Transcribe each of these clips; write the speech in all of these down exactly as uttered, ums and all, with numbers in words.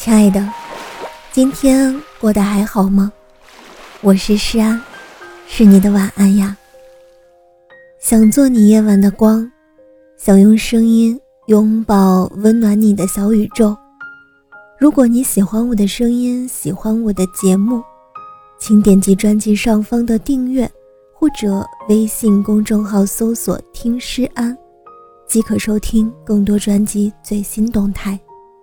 亲爱的，今天过得还好吗？我是诗安，是你的晚安呀。想做你夜晚的光，想用声音拥抱温暖你的小宇宙。如果你喜欢我的声音，喜欢我的节目，请点击专辑上方的订阅，或者微信公众号搜索听诗安，即可收听更多专辑最新动态。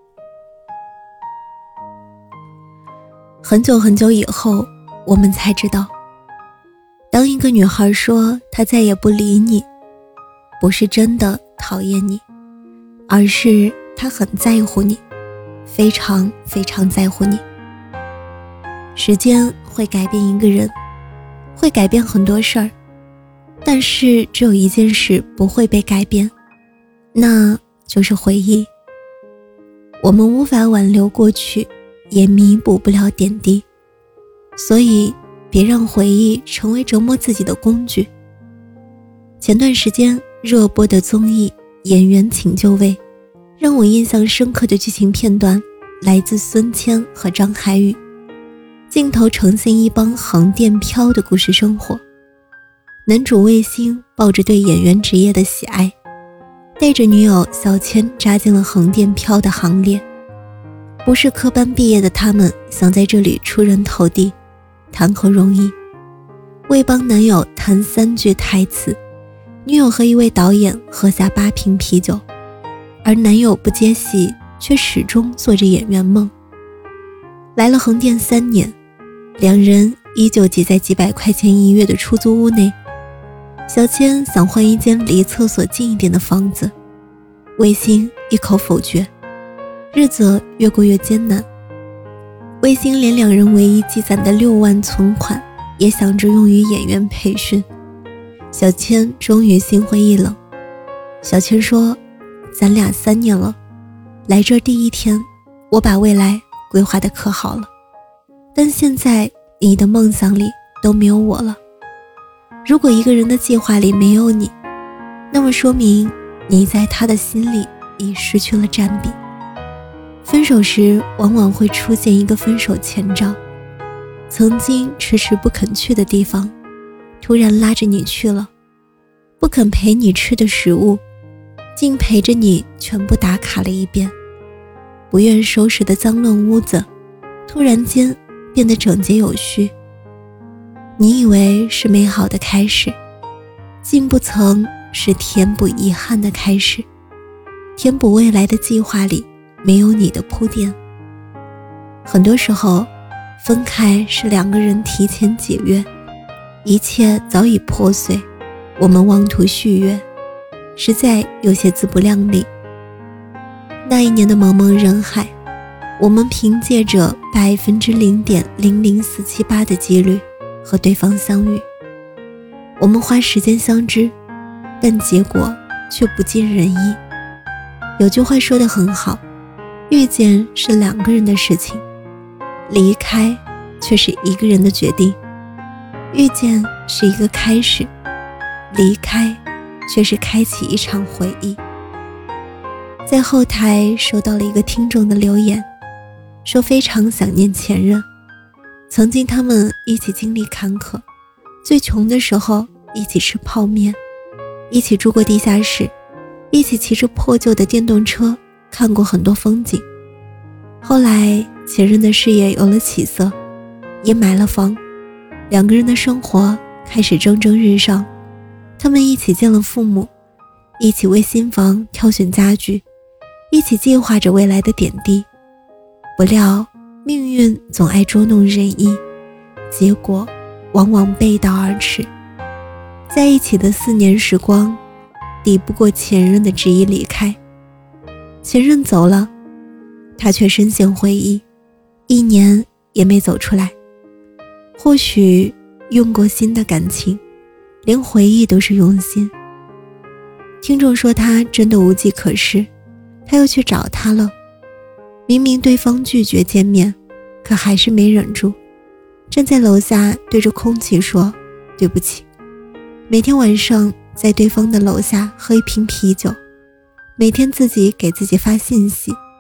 很久很久以后，我们才知道，当一个女孩说她再也不理你，不是真的讨厌你，而是她很在乎你，非常非常在乎你。时间会改变一个人，会改变很多事儿，但是只有一件事不会被改变，那就是回忆。我们无法挽留过去，也弥补不了点滴，所以别让回忆成为折磨自己的工具。前段时间热播的综艺《演员请就位》，让我印象深刻的剧情片段来自孙谦和张海宇，镜头呈现一帮横店漂的故事生活。男主魏星抱着对演员职业的喜爱，带着女友小千扎进了横店漂的行列。不是科班毕业的他们想在这里出人头地，谈何容易。为帮男友谈三句台词，女友和一位导演喝下八瓶啤酒，而男友不接戏，却始终做着演员梦。来了横店三年，两人依旧挤在几百块钱一月的出租屋内。小千想换一间离厕所近一点的房子，魏星一口否决。日子越过越艰难，魏星连两人唯一积攒的六万存款也想着用于演员培训。小千终于心灰意冷。小千说，咱俩三年了，来这第一天我把未来规划得可好了，但现在你的梦想里都没有我了。如果一个人的计划里没有你，那么说明你在他的心里已失去了占比。分手时往往会出现一个分手前兆，曾经迟迟不肯去的地方，突然拉着你去了；不肯陪你吃的食物，竟陪着你全部打卡了一遍；不愿收拾的脏乱屋子，突然间变得整洁有序。你以为是美好的开始，竟不曾是填补遗憾的开始。填补未来的计划里没有你的铺垫。很多时候，分开是两个人提前解约，一切早已破碎，我们妄图续约，实在有些自不量力。那一年的茫茫人海，我们凭借着百分之零点零零四七八的几率和对方相遇，我们花时间相知，但结果却不尽人意。有句话说得很好，遇见是两个人的事情，离开却是一个人的决定。遇见是一个开始，离开却是开启一场回忆。在后台收到了一个听众的留言，说非常想念前任，曾经他们一起经历坎坷，最穷的时候一起吃泡面，一起住过地下室，一起骑着破旧的电动车看过很多风景。后来前任的事业有了起色，也买了房，两个人的生活开始蒸蒸日上。他们一起见了父母，一起为新房挑选家具，一起计划着未来的点滴。不料命运总爱捉弄人意，结果往往背道而驰。在一起的四年时光，抵不过前任的执意离开。前任走了，他却深陷回忆，一年也没走出来。或许用过心的感情，连回忆都是用心。听众说他真的无计可施，他又去找他了。明明对方拒绝见面，可还是没忍住，站在楼下对着空气说对不起。每天晚上在对方的楼下喝一瓶啤酒，每天自己给自己发信息，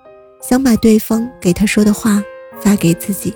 想把对方给他说的话发给自己。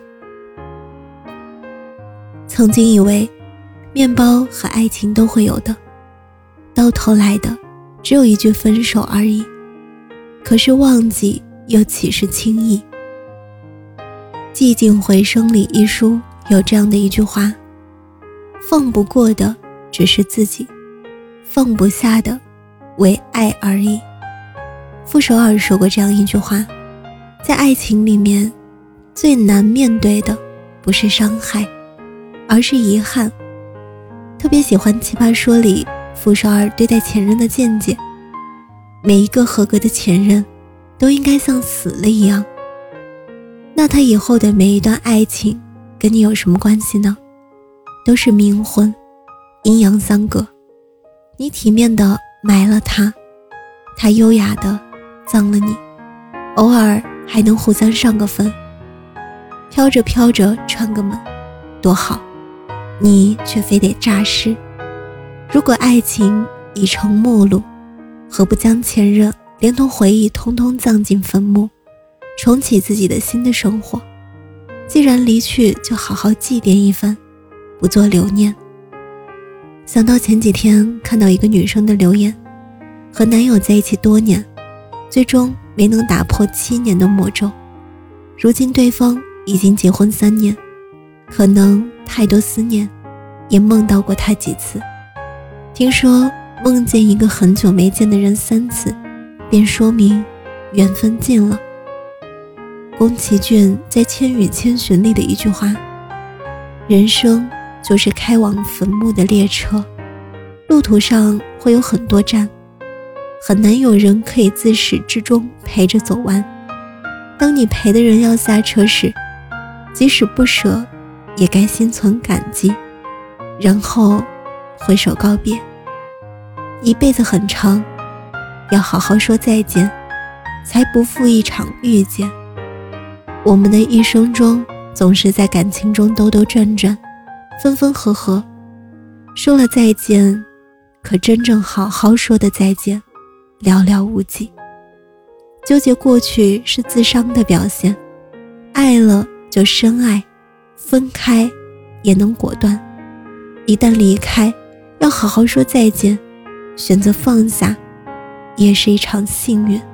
曾经以为面包和爱情都会有的，到头来的只有一句分手而已。可是忘记又岂是轻易？寂静回声里一书有这样的一句话，放不过的只是自己，放不下的为爱而已。傅首尔说过这样一句话，在爱情里面最难面对的不是伤害，而是遗憾。特别喜欢《奇葩说》里傅首尔对待前任的见解，每一个合格的前任都应该像死了一样。那他以后的每一段爱情跟你有什么关系呢？都是冥婚，阴阳相隔。你体面的埋了他，他优雅的葬了你，偶尔还能互相上个坟，飘着飘着串个门，多好。你却非得诈尸。如果爱情已成陌路，何不将前任连同回忆通通葬进坟墓，重启自己的新的生活？既然离去，就好好祭奠一番，不做留念。想到前几天看到一个女生的留言，和男友在一起多年，最终没能打破七年的魔咒。如今对方已经结婚三年，可能太多思念，也梦到过他几次。听说梦见一个很久没见的人三次，便说明缘分尽了。宫崎骏在《千与千寻》里的一句话，人生就是开往坟墓的列车，路途上会有很多站，很难有人可以自始至终陪着走完。当你陪的人要下车时，即使不舍，也该心存感激，然后挥手告别。一辈子很长，要好好说再见，才不负一场遇见。我们的一生中总是在感情中兜兜转转，分分合合，说了再见，可真正好好说的再见寥寥无几。纠结过去是自伤的表现，爱了就深爱，分开也能果断。一旦离开，要好好说再见，选择放下也是一场幸运。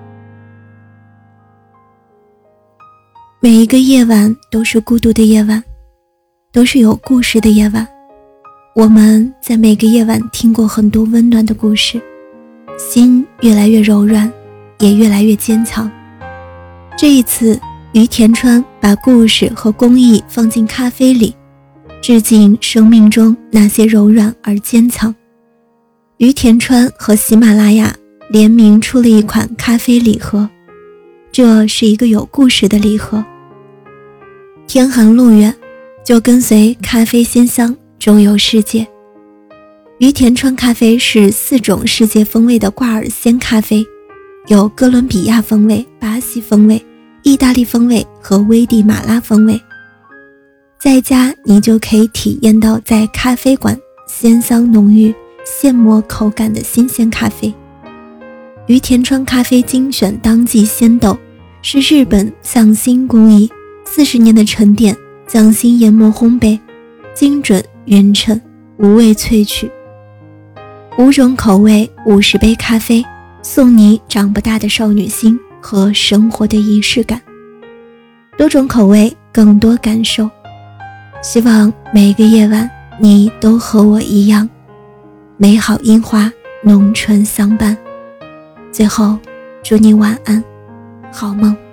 每一个夜晚都是孤独的夜晚，都是有故事的夜晚。我们在每个夜晚听过很多温暖的故事，心越来越柔软，也越来越坚强。这一次，于田川把故事和公益放进咖啡里，致敬生命中那些柔软而坚强。于田川和喜马拉雅联名出了一款咖啡礼盒，这是一个有故事的礼盒。天寒路远，就跟随咖啡鲜香周游世界。于田川咖啡是四种世界风味的挂耳鲜咖啡，有哥伦比亚风味、巴西风味、意大利风味和危地马拉风味。在家你就可以体验到在咖啡馆鲜香浓郁、现磨口感的新鲜咖啡。于田川咖啡精选当季鲜豆，是日本匠心工艺，四十年的沉淀，匠心研磨烘焙，精准匀称，无味萃取。五种口味，五十杯咖啡，送你长不大的少女心和生活的仪式感。多种口味，更多感受。希望每个夜晚你都和我一样，美好樱花，浓醇相伴。最后，祝你晚安，好梦。